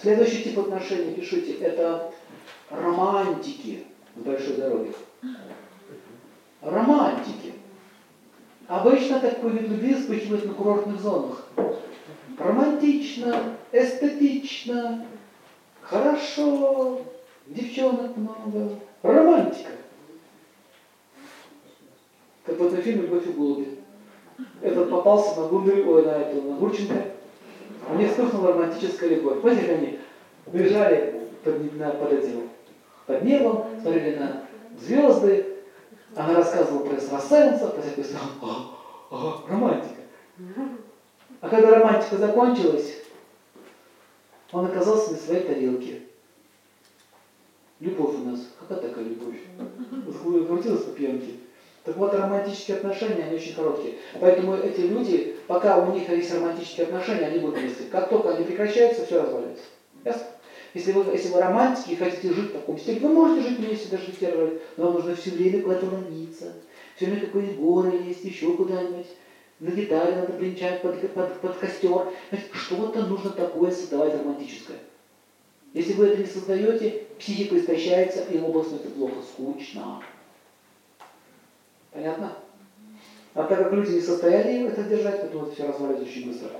Следующий тип отношений, пишите, это романтики с большой дороги. Романтики. Обычно такой вид любви вспыхивает на курортных зонах. Романтично, эстетично, хорошо, девчонок много. Романтика. Как в этом фильме «Любовь и голуби». Этот попался на Гурченко. У них вспыхнула романтическая любовь. Помните, как они лежали под небом, смотрели на звезды. Она рассказывала про экстрасенсов, про всякую страну. Романтика. А когда романтика закончилась, он оказался на своей тарелке. Любовь у нас. Какая такая любовь? Крутилась по пьянке. Так вот, романтические отношения, они очень короткие. Поэтому эти люди, пока у них есть романтические отношения, они будут вместе. Как только они прекращаются, все разваливается. Ясно? Если вы романтики и хотите жить в таком стиле, вы можете жить вместе, даже не первый, но вам нужно все время куда-то ломиться, все время какие-нибудь горы лезть, еще куда-нибудь, на гитаре надо бренчать под костер. Что-то нужно такое создавать романтическое. Если вы это не создаете, психика истощается, и оба становится плохо, скучно. Понятно? А так как люди не в состоянии это держать, поэтому это все разваливается очень быстро.